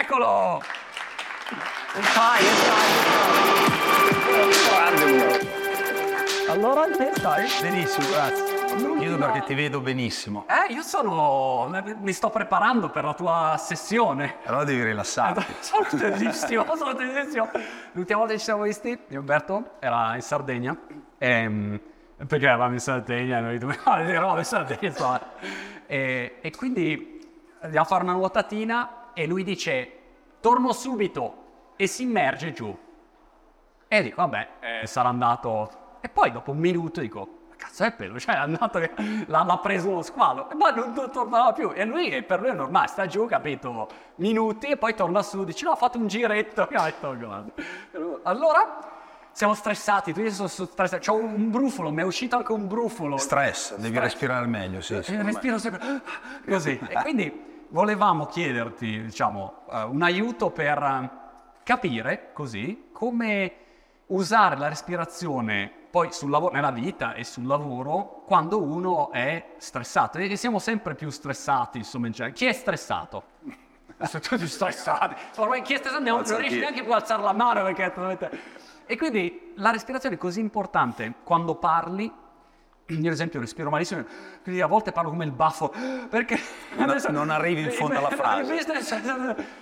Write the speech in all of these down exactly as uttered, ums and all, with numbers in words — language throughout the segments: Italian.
Eccolo! Stai, stai. Allora, te stai? Benissimo, grazie. Io perché ti vedo benissimo. Eh, io sono... mi sto preparando per la tua sessione. Allora devi rilassarti. Sono tensissimo, sono tensissimo. L'ultima volta che ci siamo visti, io e Umberto, era in Sardegna. E, perché eravamo in Sardegna e noi dovevamo eravamo in Sardegna. Insomma. E, e quindi andiamo a fare una nuotatina e lui dice, torno subito, e si immerge giù. E dico, vabbè, eh, sarà andato... E poi dopo un minuto dico... Cazzo è quello, cioè è andato che l'ha, l'ha preso uno squalo e poi non, non tornava più e lui per lui è normale, sta giù, capito, minuti e poi torna su, dice no, ha fatto un giretto. Allora siamo stressati, tu sono stressato, c'ho un brufolo, mi è uscito anche un brufolo. Stress, devi Stress. respirare meglio, sì. sì respiro sempre così e quindi volevamo chiederti, diciamo, un aiuto per capire così come usare la respirazione poi sul lavoro, nella vita e sul lavoro, quando uno è stressato. E siamo sempre più stressati, insomma, in genere. Chi è stressato? Tutti stressati. Ormai chi è stressato non riesce neanche più a alzare la mano perché... E quindi la respirazione è così importante quando parli. Io ad esempio respiro malissimo, quindi a volte parlo come il baffo, perché... Non, adesso, non arrivi in fondo alla frase.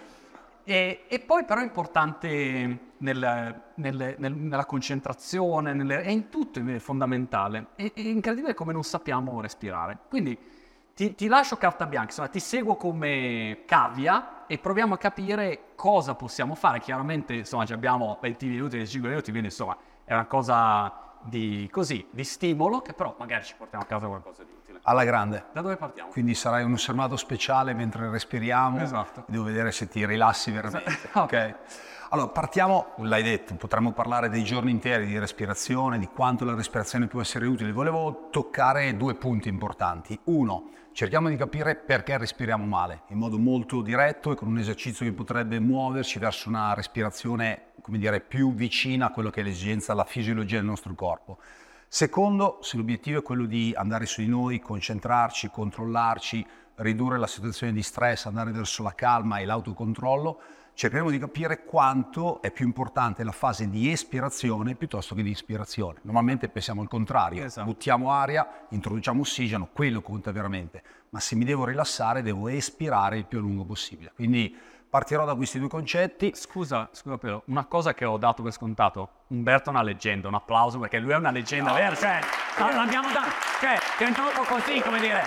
E, e poi però è importante nel, nel, nel, nella concentrazione, nelle, è in tutto è fondamentale. È, è incredibile come non sappiamo respirare. Quindi ti, ti lascio carta bianca, insomma, ti seguo come cavia e proviamo a capire cosa possiamo fare. Chiaramente insomma ci abbiamo venti minuti, venticinque minuti, quindi insomma è una cosa di così, di stimolo, che però magari ci portiamo a casa qualcosa di utile. Alla grande. Da dove partiamo? Quindi sarai un osservato speciale mentre respiriamo. Esatto. Devo vedere se ti rilassi veramente. Esatto. Ok. Allora, partiamo, l'hai detto, potremmo parlare dei giorni interi di respirazione, di quanto la respirazione può essere utile. Volevo toccare due punti importanti. Uno, cerchiamo di capire perché respiriamo male, in modo molto diretto e con un esercizio che potrebbe muoverci verso una respirazione, come dire, più vicina a quello che è l'esigenza, la fisiologia del nostro corpo. Secondo, se l'obiettivo è quello di andare su di noi, concentrarci, controllarci, ridurre la situazione di stress, andare verso la calma e l'autocontrollo, cercheremo di capire quanto è più importante la fase di espirazione piuttosto che di ispirazione. Normalmente pensiamo al contrario, esatto. Buttiamo aria, introduciamo ossigeno, quello conta veramente, ma se mi devo rilassare devo espirare il più a lungo possibile. Quindi partirò da questi due concetti. Scusa, scusa però, una cosa che ho dato per scontato, Umberto è una leggenda, un applauso perché lui è una leggenda, no. Vero? Cioè, l'abbiamo dato, cioè, è un po' così, come dire...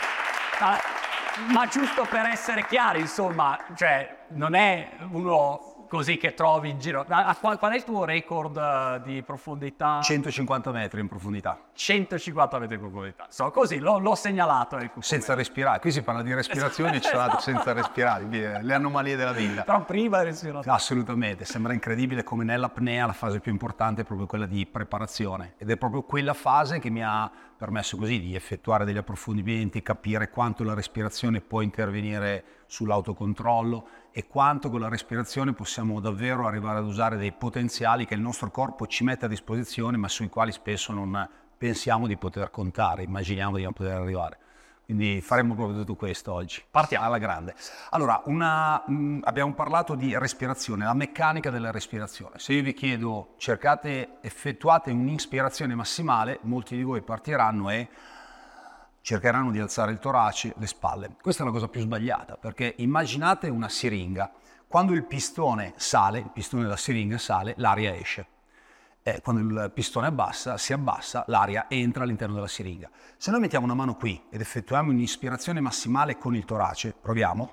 Ma giusto per essere chiari, insomma, cioè non è uno così che trovi in giro. A, qual, qual è il tuo record uh, di profondità? centocinquanta metri in profondità. centocinquanta metri in profondità. So, così l'ho, l'ho segnalato. Ecco, senza respirare. Qui si parla di respirazione, ci sono altri senza respirare, le anomalie della vita. Però prima di respirare. Assolutamente, sembra incredibile come nell'apnea la fase più importante è proprio quella di preparazione. Ed è proprio quella fase che mi ha permesso così di effettuare degli approfondimenti, capire quanto la respirazione può intervenire sull'autocontrollo e quanto con la respirazione possiamo davvero arrivare ad usare dei potenziali che il nostro corpo ci mette a disposizione ma sui quali spesso non pensiamo di poter contare, immaginiamo di non poter arrivare. Quindi faremo proprio tutto questo oggi. Partiamo alla grande. Allora, una, mh, abbiamo parlato di respirazione, la meccanica della respirazione. Se io vi chiedo, cercate, effettuate un'ispirazione massimale, molti di voi partiranno e cercheranno di alzare il torace, le spalle. Questa è la cosa più sbagliata, perché immaginate una siringa. Quando il pistone sale, il pistone della siringa sale, l'aria esce. Eh, quando il pistone abbassa, si abbassa, l'aria entra all'interno della siringa. Se noi mettiamo una mano qui ed effettuiamo un'ispirazione massimale con il torace, proviamo,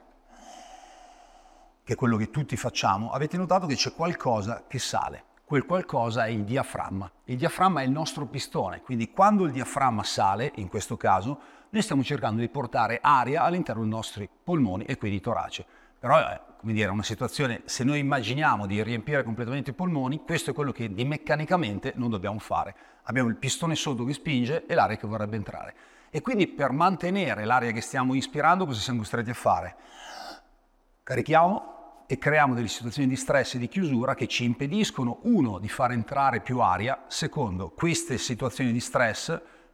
che è quello che tutti facciamo, avete notato che c'è qualcosa che sale. Quel qualcosa è il diaframma. Il diaframma è il nostro pistone, quindi quando il diaframma sale, in questo caso, noi stiamo cercando di portare aria all'interno dei nostri polmoni e quindi torace. Però è, come dire, una situazione, se noi immaginiamo di riempire completamente i polmoni, questo è quello che di meccanicamente non dobbiamo fare. Abbiamo il pistone sotto che spinge e l'aria che vorrebbe entrare. E quindi per mantenere l'aria che stiamo ispirando, cosa siamo costretti a fare? Carichiamo e creiamo delle situazioni di stress e di chiusura che ci impediscono, uno, di far entrare più aria, secondo, queste situazioni di stress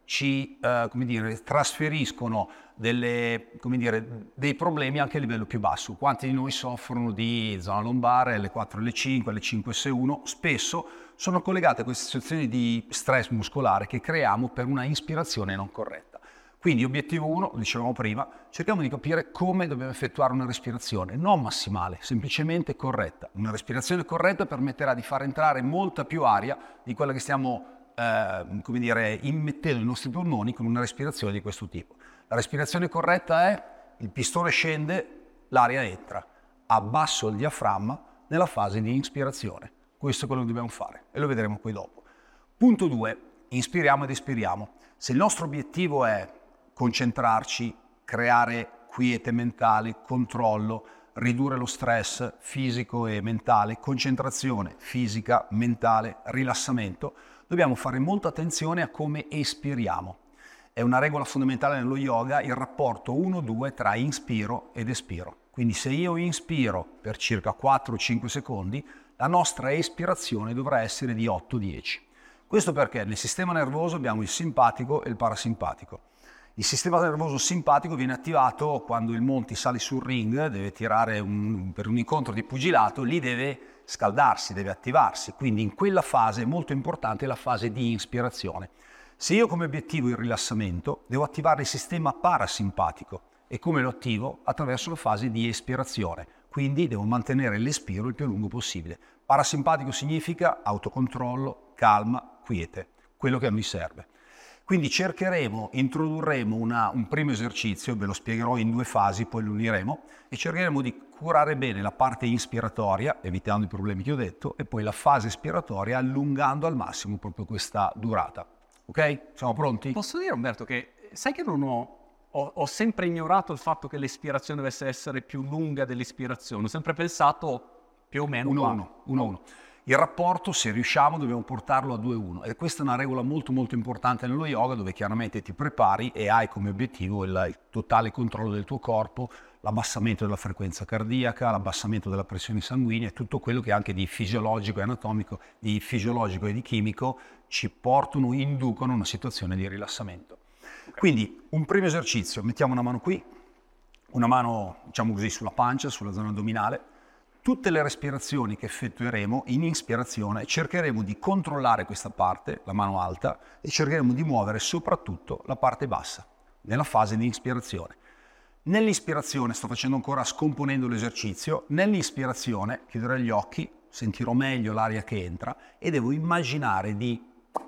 ci eh, come dire, trasferiscono delle, come dire, dei problemi anche a livello più basso. Quanti di noi soffrono di zona lombare, L quattro, L cinque, L cinque S uno? Spesso sono collegate a queste situazioni di stress muscolare che creiamo per una ispirazione non corretta. Quindi obiettivo uno, lo dicevamo prima, cerchiamo di capire come dobbiamo effettuare una respirazione, non massimale, semplicemente corretta. Una respirazione corretta permetterà di far entrare molta più aria di quella che stiamo Eh, come dire, immettendo nei nostri polmoni con una respirazione di questo tipo. La respirazione corretta è: il pistone scende, l'aria entra, abbasso il diaframma nella fase di inspirazione. Questo è quello che dobbiamo fare e lo vedremo poi dopo. Punto due, inspiriamo ed espiriamo. Se il nostro obiettivo è concentrarci, creare quiete mentale, controllo, ridurre lo stress fisico e mentale, concentrazione fisica, mentale, rilassamento, dobbiamo fare molta attenzione a come espiriamo. È una regola fondamentale nello yoga il rapporto uno due tra inspiro ed espiro. Quindi se io inspiro per circa quattro cinque secondi, la nostra espirazione dovrà essere di otto dieci. Questo perché nel sistema nervoso abbiamo il simpatico e il parasimpatico. Il sistema nervoso simpatico viene attivato quando il Monty sale sul ring, deve tirare un, per un incontro di pugilato, lì deve scaldarsi, deve attivarsi, quindi in quella fase è molto importante la fase di inspirazione. Se io come obiettivo il rilassamento, devo attivare il sistema parasimpatico e come lo attivo? Attraverso la fase di espirazione, quindi devo mantenere l'espiro il più lungo possibile. Parasimpatico significa autocontrollo, calma, quiete, quello che a noi serve. Quindi cercheremo, introdurremo una, un primo esercizio, ve lo spiegherò in due fasi, poi lo uniremo, e cercheremo di curare bene la parte ispiratoria, evitando i problemi che ho detto, e poi la fase espiratoria allungando al massimo proprio questa durata. Ok? Siamo pronti? Posso dire, Umberto, che sai che non ho, ho, ho sempre ignorato il fatto che l'espirazione dovesse essere più lunga dell'ispirazione, ho sempre pensato più o meno uno uno, uno uno. Il rapporto, se riusciamo, dobbiamo portarlo a due uno e questa è una regola molto molto importante nello yoga, dove chiaramente ti prepari e hai come obiettivo il, il totale controllo del tuo corpo, l'abbassamento della frequenza cardiaca, l'abbassamento della pressione sanguigna e tutto quello che anche di fisiologico e anatomico, di fisiologico e di chimico ci portano, inducono a una situazione di rilassamento. Quindi un primo esercizio, mettiamo una mano qui, una mano diciamo così sulla pancia, sulla zona addominale. Tutte le respirazioni che effettueremo in ispirazione cercheremo di controllare questa parte, la mano alta, e cercheremo di muovere soprattutto la parte bassa, nella fase di ispirazione. Nell'ispirazione, sto facendo ancora scomponendo l'esercizio, nell'ispirazione chiuderò gli occhi, sentirò meglio l'aria che entra e devo immaginare di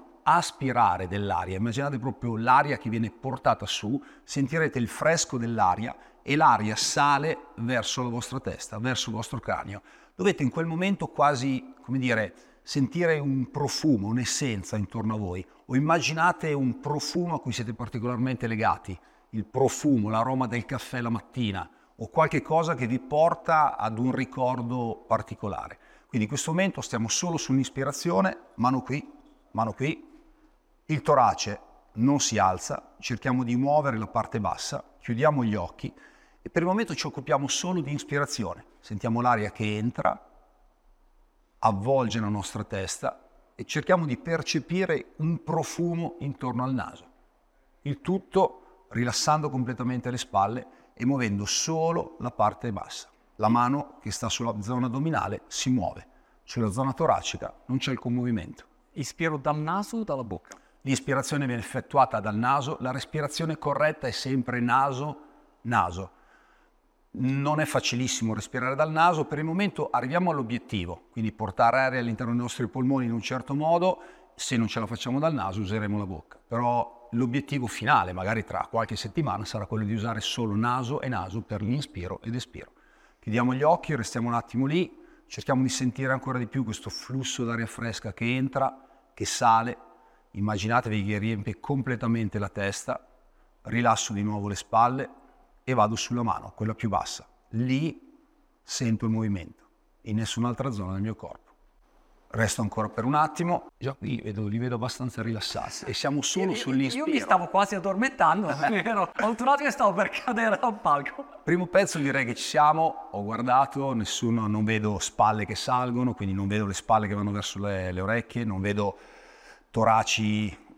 aspirare dell'aria, immaginate proprio l'aria che viene portata su, sentirete il fresco dell'aria e l'aria sale verso la vostra testa, verso il vostro cranio. Dovete in quel momento quasi, come dire, sentire un profumo, un'essenza intorno a voi, o immaginate un profumo a cui siete particolarmente legati, il profumo, l'aroma del caffè la mattina, o qualche cosa che vi porta ad un ricordo particolare. Quindi in questo momento stiamo solo sull'ispirazione, mano qui, mano qui, il torace non si alza, cerchiamo di muovere la parte bassa, chiudiamo gli occhi e per il momento ci occupiamo solo di ispirazione. Sentiamo l'aria che entra, avvolge la nostra testa e cerchiamo di percepire un profumo intorno al naso. Il tutto rilassando completamente le spalle e muovendo solo la parte bassa. La mano che sta sulla zona addominale si muove, sulla zona toracica non c'è il commovimento. Ispiro dal naso o dalla bocca? L'ispirazione viene effettuata dal naso, la respirazione corretta è sempre naso-naso. Non è facilissimo respirare dal naso, per il momento arriviamo all'obiettivo, quindi portare aria all'interno dei nostri polmoni in un certo modo, se non ce la facciamo dal naso useremo la bocca. Però l'obiettivo finale, magari tra qualche settimana, sarà quello di usare solo naso e naso per l'inspiro ed espiro. Chiudiamo gli occhi, restiamo un attimo lì, cerchiamo di sentire ancora di più questo flusso d'aria fresca che entra, che sale. Immaginatevi che riempie completamente la testa, rilasso di nuovo le spalle e vado sulla mano, quella più bassa. Lì sento il movimento, in nessun'altra zona del mio corpo. Resto ancora per un attimo, già qui vedo, li vedo abbastanza rilassati e siamo solo sull'ispiro. Io mi stavo quasi addormentando, ero un attimo che stavo per cadere dal palco. Primo pezzo direi che ci siamo, ho guardato, nessuno, non vedo spalle che salgono, quindi non vedo le spalle che vanno verso le, le orecchie, non vedo toraci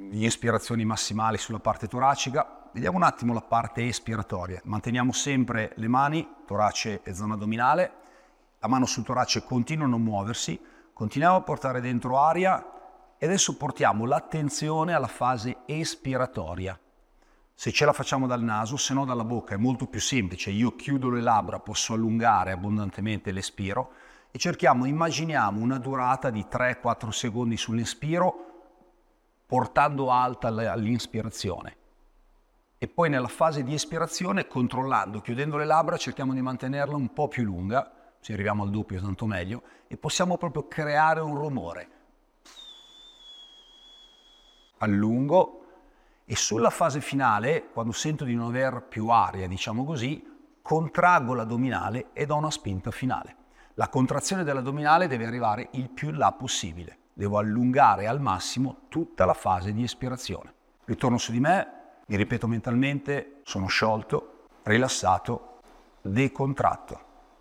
ispirazioni massimali sulla parte toracica. Vediamo un attimo la parte espiratoria. Manteniamo sempre le mani, torace e zona addominale, la mano sul torace continua a non muoversi, continuiamo a portare dentro aria e adesso portiamo l'attenzione alla fase espiratoria. Se ce la facciamo dal naso, se no dalla bocca è molto più semplice. Io chiudo le labbra, posso allungare abbondantemente l'espiro e cerchiamo, immaginiamo una durata di tre quattro secondi sull'inspiro, portando alta l'inspirazione. E poi nella fase di espirazione, controllando, chiudendo le labbra, cerchiamo di mantenerla un po' più lunga, se arriviamo al doppio tanto meglio, e possiamo proprio creare un rumore. Allungo. E sulla fase finale, quando sento di non aver più aria, diciamo così, contraggo l'addominale e do una spinta finale. La contrazione dell'addominale deve arrivare il più in là possibile. Devo allungare al massimo tutta la fase di espirazione. Ritorno su di me, mi ripeto mentalmente, sono sciolto, rilassato, decontratto.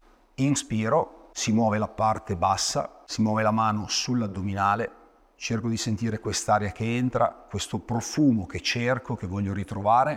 Inspiro, si muove la parte bassa, si muove la mano sull'addominale. Cerco di sentire quest'aria che entra, questo profumo che cerco, che voglio ritrovare,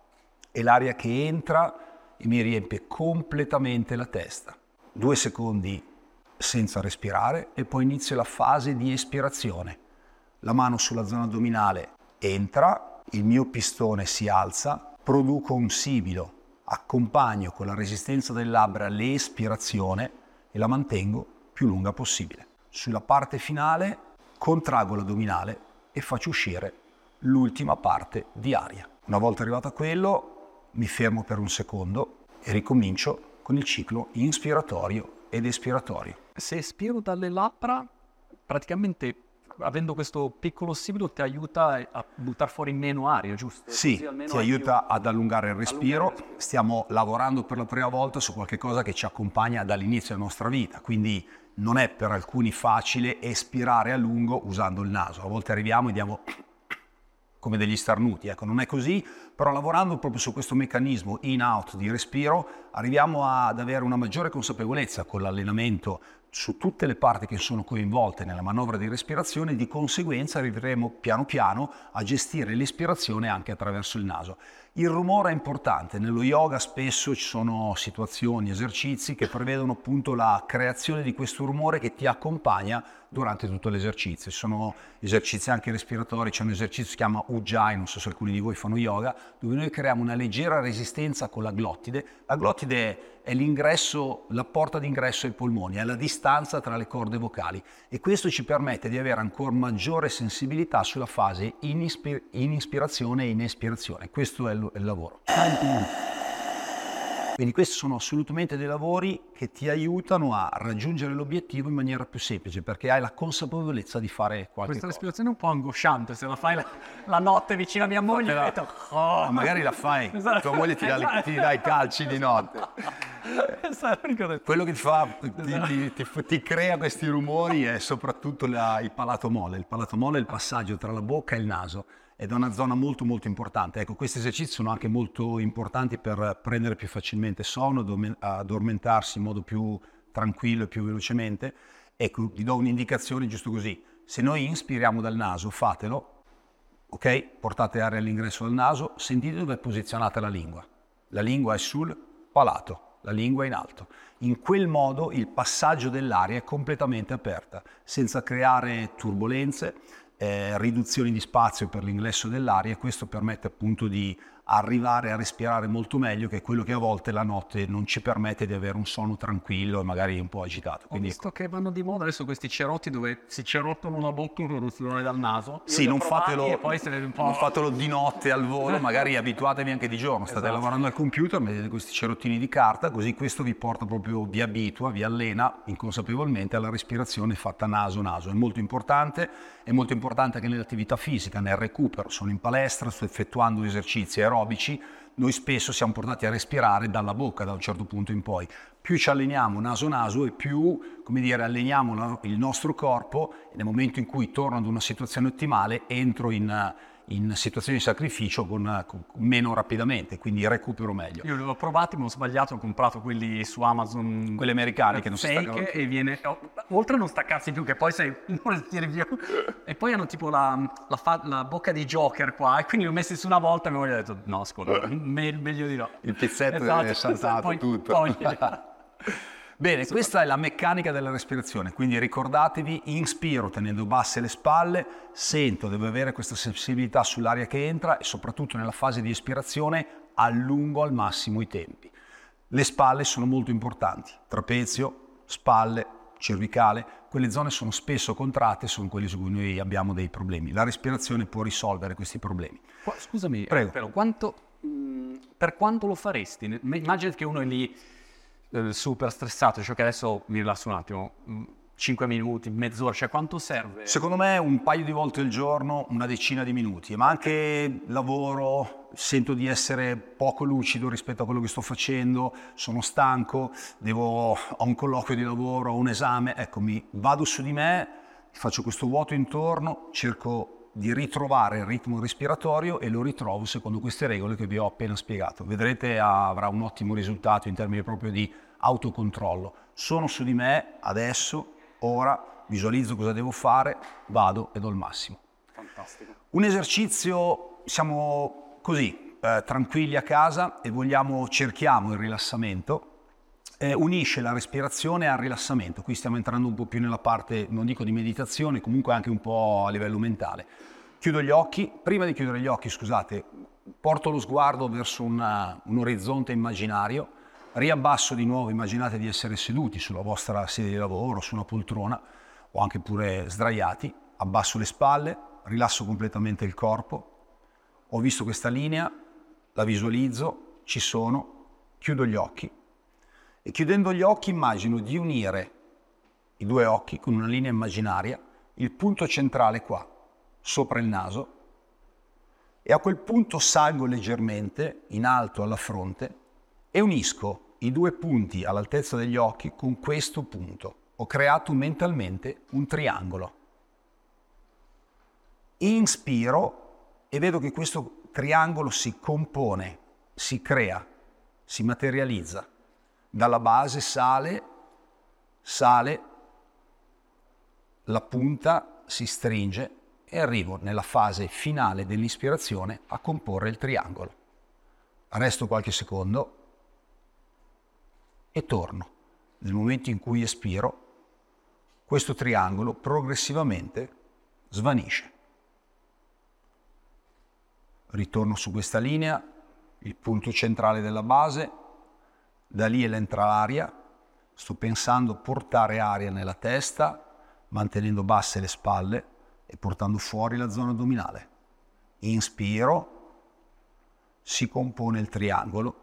e l'aria che entra e mi riempie completamente la testa. Due secondi senza respirare e poi inizio la fase di espirazione. La mano sulla zona addominale entra, il mio pistone si alza, produco un sibilo, accompagno con la resistenza delle labbra l'espirazione e la mantengo più lunga possibile. Sulla parte finale contraggo l'addominale e faccio uscire l'ultima parte di aria. Una volta arrivato a quello, mi fermo per un secondo e ricomincio con il ciclo inspiratorio ed espiratorio. Se espiro dalle labbra, praticamente avendo questo piccolo sibilo ti aiuta a buttare fuori meno aria, giusto? Sì, ti aiuta più... ad allungare il respiro. allungare il respiro. Stiamo lavorando per la prima volta su qualche cosa che ci accompagna dall'inizio della nostra vita, quindi non è per alcuni facile espirare a lungo usando il naso. A volte arriviamo e diamo come degli starnuti, ecco, non è così, però lavorando proprio su questo meccanismo in-out di respiro arriviamo ad avere una maggiore consapevolezza con l'allenamento su tutte le parti che sono coinvolte nella manovra di respirazione e di conseguenza arriveremo piano piano a gestire l'ispirazione anche attraverso il naso. Il rumore è importante, nello yoga spesso ci sono situazioni, esercizi che prevedono appunto la creazione di questo rumore che ti accompagna durante tutto l'esercizio. Ci sono esercizi anche respiratori, c'è un esercizio che si chiama Ujjayi, non so se alcuni di voi fanno yoga, dove noi creiamo una leggera resistenza con la glottide. La glottide è l'ingresso, la porta d'ingresso ai polmoni, è la distanza tra le corde vocali e questo ci permette di avere ancora maggiore sensibilità sulla fase in, ispir- in ispirazione e in espirazione. Questo è il, il lavoro. Quindi questi sono assolutamente dei lavori che ti aiutano a raggiungere l'obiettivo in maniera più semplice, perché hai la consapevolezza di fare qualche Questa cosa. respirazione è un po' angosciante, se la fai la, la notte vicino a mia moglie, la... detto, oh. magari la fai, esatto. Tua moglie ti dà, ti dà i calci di notte. Quello che ti fa, ti, ti, ti, ti crea questi rumori è soprattutto la, il palato mole. Il palato mole è il passaggio tra la bocca e il naso. Ed è una zona molto molto importante. Ecco, questi esercizi sono anche molto importanti per prendere più facilmente sonno, addormentarsi in modo più tranquillo e più velocemente. Ecco, vi do un'indicazione giusto così. Se noi inspiriamo dal naso, fatelo, ok? Portate aria all'ingresso del naso, sentite dove è posizionata la lingua. La lingua è sul palato, la lingua è in alto. In quel modo il passaggio dell'aria è completamente aperta, senza creare turbolenze, Eh, riduzioni di spazio per l'ingresso dell'aria e questo permette appunto di arrivare a respirare molto meglio, che è quello che a volte la notte non ci permette di avere un sonno tranquillo e magari un po' agitato. Quindi, ho visto che vanno di moda adesso questi cerotti dove si cerottano la bocca per respirare dal naso. Sì, non fatelo, e poi se ne un po'... non fatelo di notte al volo, magari abituatevi anche di giorno, state esatto. lavorando al computer, mettete questi cerottini di carta, così questo vi porta proprio, vi abitua, vi allena inconsapevolmente alla respirazione fatta naso-naso. È molto importante, è molto importante anche nell'attività fisica, nel recupero. Sono in palestra, sto effettuando esercizi aerobici, noi spesso siamo portati a respirare dalla bocca da un certo punto in poi. Più ci alleniamo naso-naso e più, come dire, alleniamo la, il nostro corpo e nel momento in cui torno ad una situazione ottimale entro in, in situazioni di sacrificio con, con meno rapidamente, quindi recupero meglio. Io l'ho provato, ma ho sbagliato, ho comprato quelli su Amazon, quelli americani che non si staccano fake, e viene, oh, oltre a non staccarsi più, che poi sei, non respiri più, e poi hanno tipo la, la, fa, la bocca di Joker qua, e quindi li ho messi su una volta e mi ho detto no, ascolta, me, meglio di no. Il pezzetto esatto, è saltato poi, tutto. Poi, Bene, questa è la meccanica della respirazione, quindi ricordatevi, inspiro tenendo basse le spalle, sento, devo avere questa sensibilità sull'aria che entra e soprattutto nella fase di espirazione allungo al massimo i tempi. Le spalle sono molto importanti, trapezio, spalle, cervicale, quelle zone sono spesso contratte, sono quelle su cui noi abbiamo dei problemi. La respirazione può risolvere questi problemi. Scusami, Prego. Però, quanto, mh, per quanto lo faresti? Immagina che uno è lì super stressato, cioè che adesso mi rilasso un attimo, cinque minuti, mezz'ora, cioè quanto serve? Secondo me un paio di volte al giorno, una decina di minuti, ma anche lavoro, sento di essere poco lucido rispetto a quello che sto facendo, sono stanco, devo, ho un colloquio di lavoro, ho un esame, ecco, mi vado su di me, faccio questo vuoto intorno, cerco di ritrovare il ritmo respiratorio e lo ritrovo secondo queste regole che vi ho appena spiegato. Vedrete, avrà un ottimo risultato in termini proprio di autocontrollo. Sono su di me adesso, ora, visualizzo cosa devo fare, vado e do il massimo. Fantastico. Un esercizio, siamo così, eh, tranquilli a casa e vogliamo, cerchiamo il rilassamento. Eh, unisce la respirazione al rilassamento. Qui stiamo entrando un po' più nella parte, non dico di meditazione, comunque anche un po' a livello mentale. Chiudo gli occhi, prima di chiudere gli occhi, scusate, porto lo sguardo verso una, un orizzonte immaginario, riabbasso di nuovo, immaginate di essere seduti sulla vostra sedia di lavoro, su una poltrona o anche pure sdraiati, abbasso le spalle, rilasso completamente il corpo, ho visto questa linea, la visualizzo, ci sono, chiudo gli occhi. E chiudendo gli occhi immagino di unire i due occhi con una linea immaginaria, il punto centrale qua, sopra il naso, e a quel punto salgo leggermente in alto alla fronte e unisco i due punti all'altezza degli occhi con questo punto. Ho creato mentalmente un triangolo. Inspiro e vedo che questo triangolo si compone, si crea, si materializza. Dalla base sale, sale, la punta si stringe e arrivo nella fase finale dell'ispirazione a comporre il triangolo. Resto qualche secondo e torno. Nel momento in cui espiro, questo triangolo progressivamente svanisce. Ritorno su questa linea, il punto centrale della base. Da lì entra l'aria, sto pensando portare aria nella testa, mantenendo basse le spalle e portando fuori la zona addominale. Inspiro, si compone il triangolo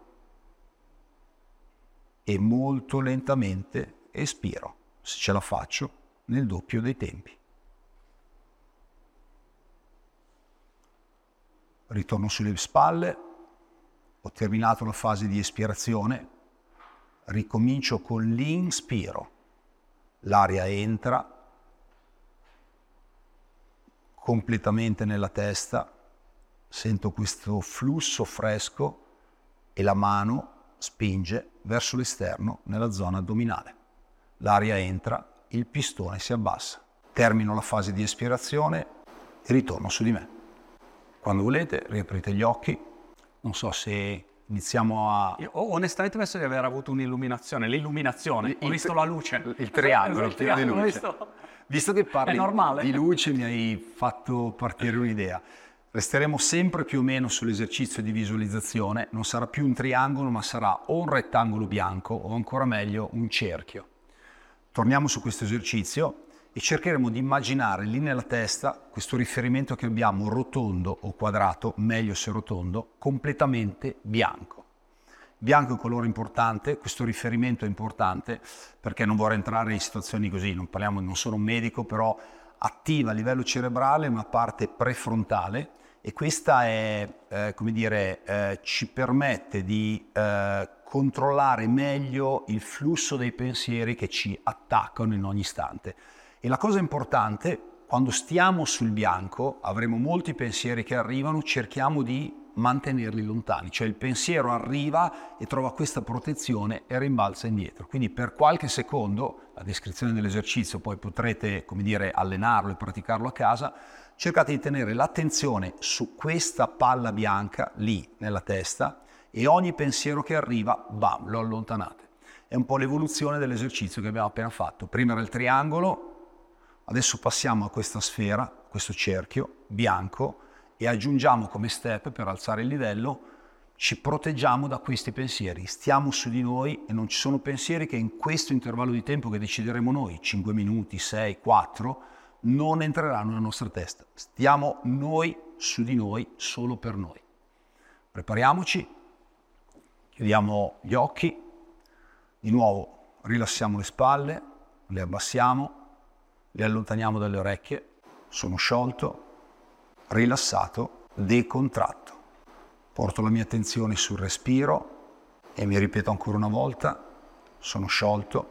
e molto lentamente espiro, se ce la faccio, nel doppio dei tempi. Ritorno sulle spalle, ho terminato la fase di espirazione. Ricomincio con l'inspiro, l'aria entra completamente nella testa, sento questo flusso fresco e la mano spinge verso l'esterno nella zona addominale. L'aria entra, il pistone si abbassa. Termino la fase di espirazione e ritorno su di me. Quando volete riaprite gli occhi, non so se iniziamo a... Io onestamente penso di aver avuto un'illuminazione, l'illuminazione, il, ho visto la luce. Il triangolo, il triangolo di luce. Visto... Visto che parli di luce mi hai fatto partire un'idea. Resteremo sempre più o meno sull'esercizio di visualizzazione, non sarà più un triangolo ma sarà o un rettangolo bianco o ancora meglio un cerchio. Torniamo su questo esercizio e cercheremo di immaginare lì nella testa questo riferimento che abbiamo rotondo o quadrato, meglio se rotondo, completamente bianco. Bianco è un colore importante, questo riferimento è importante perché non vorrei entrare in situazioni così, non parliamo, non sono un medico, però attiva a livello cerebrale una parte prefrontale e questa è, eh, come dire, eh, ci permette di eh, controllare meglio il flusso dei pensieri che ci attaccano in ogni istante. E la cosa importante, quando stiamo sul bianco avremo molti pensieri che arrivano, cerchiamo di mantenerli lontani, cioè il pensiero arriva e trova questa protezione e rimbalza indietro. Quindi per qualche secondo, la descrizione dell'esercizio poi potrete, come dire, allenarlo e praticarlo a casa, cercate di tenere l'attenzione su questa palla bianca lì nella testa e ogni pensiero che arriva, bam, lo allontanate. È un po' l'evoluzione dell'esercizio che abbiamo appena fatto. Prima era il triangolo, adesso passiamo a questa sfera, questo cerchio bianco, e aggiungiamo come step per alzare il livello, ci proteggiamo da questi pensieri, stiamo su di noi e non ci sono pensieri che in questo intervallo di tempo che decideremo noi, cinque minuti, sei, quattro, non entreranno nella nostra testa. Stiamo noi su di noi, solo per noi. Prepariamoci, chiudiamo gli occhi, di nuovo rilassiamo le spalle, le abbassiamo, le allontaniamo dalle orecchie, sono sciolto, rilassato, decontratto. Porto la mia attenzione sul respiro e mi ripeto ancora una volta, sono sciolto,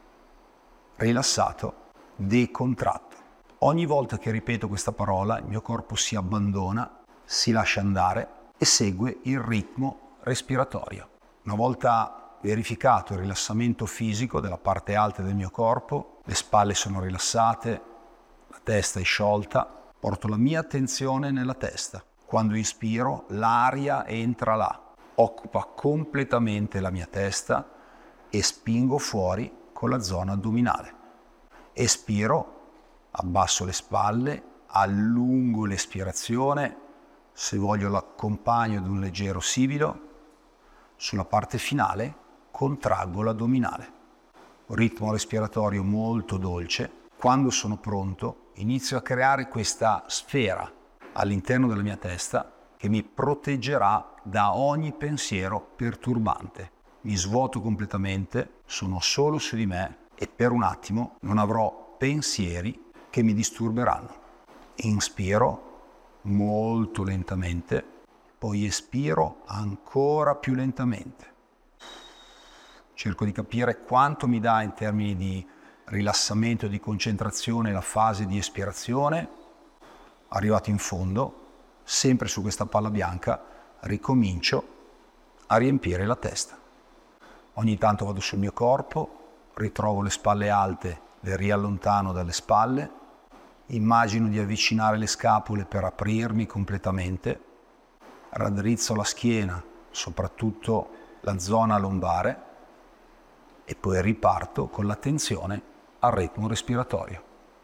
rilassato, decontratto. Ogni volta che ripeto questa parola, il mio corpo si abbandona, si lascia andare e segue il ritmo respiratorio. Una volta verificato il rilassamento fisico della parte alta del mio corpo, le spalle sono rilassate, la testa è sciolta, porto la mia attenzione nella testa. Quando inspiro, l'aria entra là, occupa completamente la mia testa e spingo fuori con la zona addominale. Espiro, abbasso le spalle, allungo l'espirazione, se voglio l'accompagno ad un leggero sibilo. Sulla parte finale contraggo l'addominale. Un ritmo respiratorio molto dolce. Quando sono pronto, inizio a creare questa sfera all'interno della mia testa che mi proteggerà da ogni pensiero perturbante. Mi svuoto completamente, sono solo su di me e per un attimo non avrò pensieri che mi disturberanno. Inspiro molto lentamente, poi espiro ancora più lentamente. Cerco di capire quanto mi dà in termini di rilassamento e di concentrazione la fase di espirazione. Arrivato in fondo, sempre su questa palla bianca, ricomincio a riempire la testa. Ogni tanto vado sul mio corpo, ritrovo le spalle alte, le riallontano dalle spalle, immagino di avvicinare le scapole per aprirmi completamente, raddrizzo la schiena, soprattutto la zona lombare, e poi riparto con l'attenzione al ritmo respiratorio.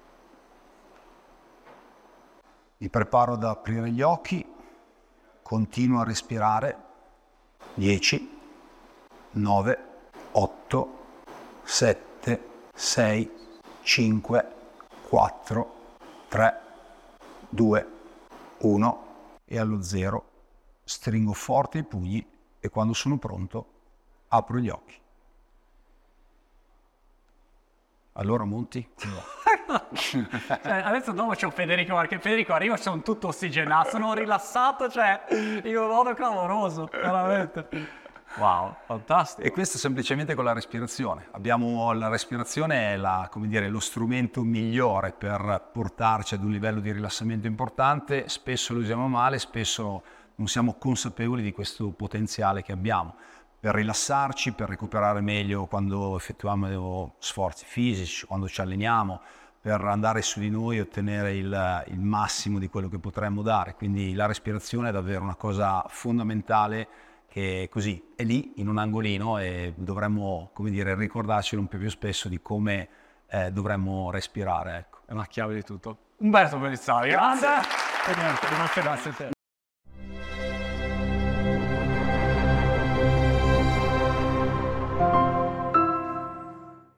Mi preparo ad aprire gli occhi, continuo a respirare. dieci, nove, otto, sette, sei, cinque, quattro, tre, due, uno e allo zero stringo forte i pugni e quando sono pronto apro gli occhi. Allora Monti? Cioè, adesso dopo c'è un Federico, perché Federico arriva, sono tutto ossigenato, sono rilassato, cioè in un modo clamoroso, veramente. Wow, fantastico. E questo semplicemente con la respirazione. Abbiamo la respirazione è la, come dire, lo strumento migliore per portarci ad un livello di rilassamento importante. Spesso lo usiamo male, spesso non siamo consapevoli di questo potenziale che abbiamo per rilassarci, per recuperare meglio quando effettuiamo sforzi fisici, quando ci alleniamo, per andare su di noi e ottenere il, il massimo di quello che potremmo dare. Quindi la respirazione è davvero una cosa fondamentale che così è lì in un angolino e dovremmo, come dire, ricordarcelo un po' più spesso di come eh, dovremmo respirare. Ecco. È una chiave di tutto. Umberto Bellizzari, grande! Grazie a te.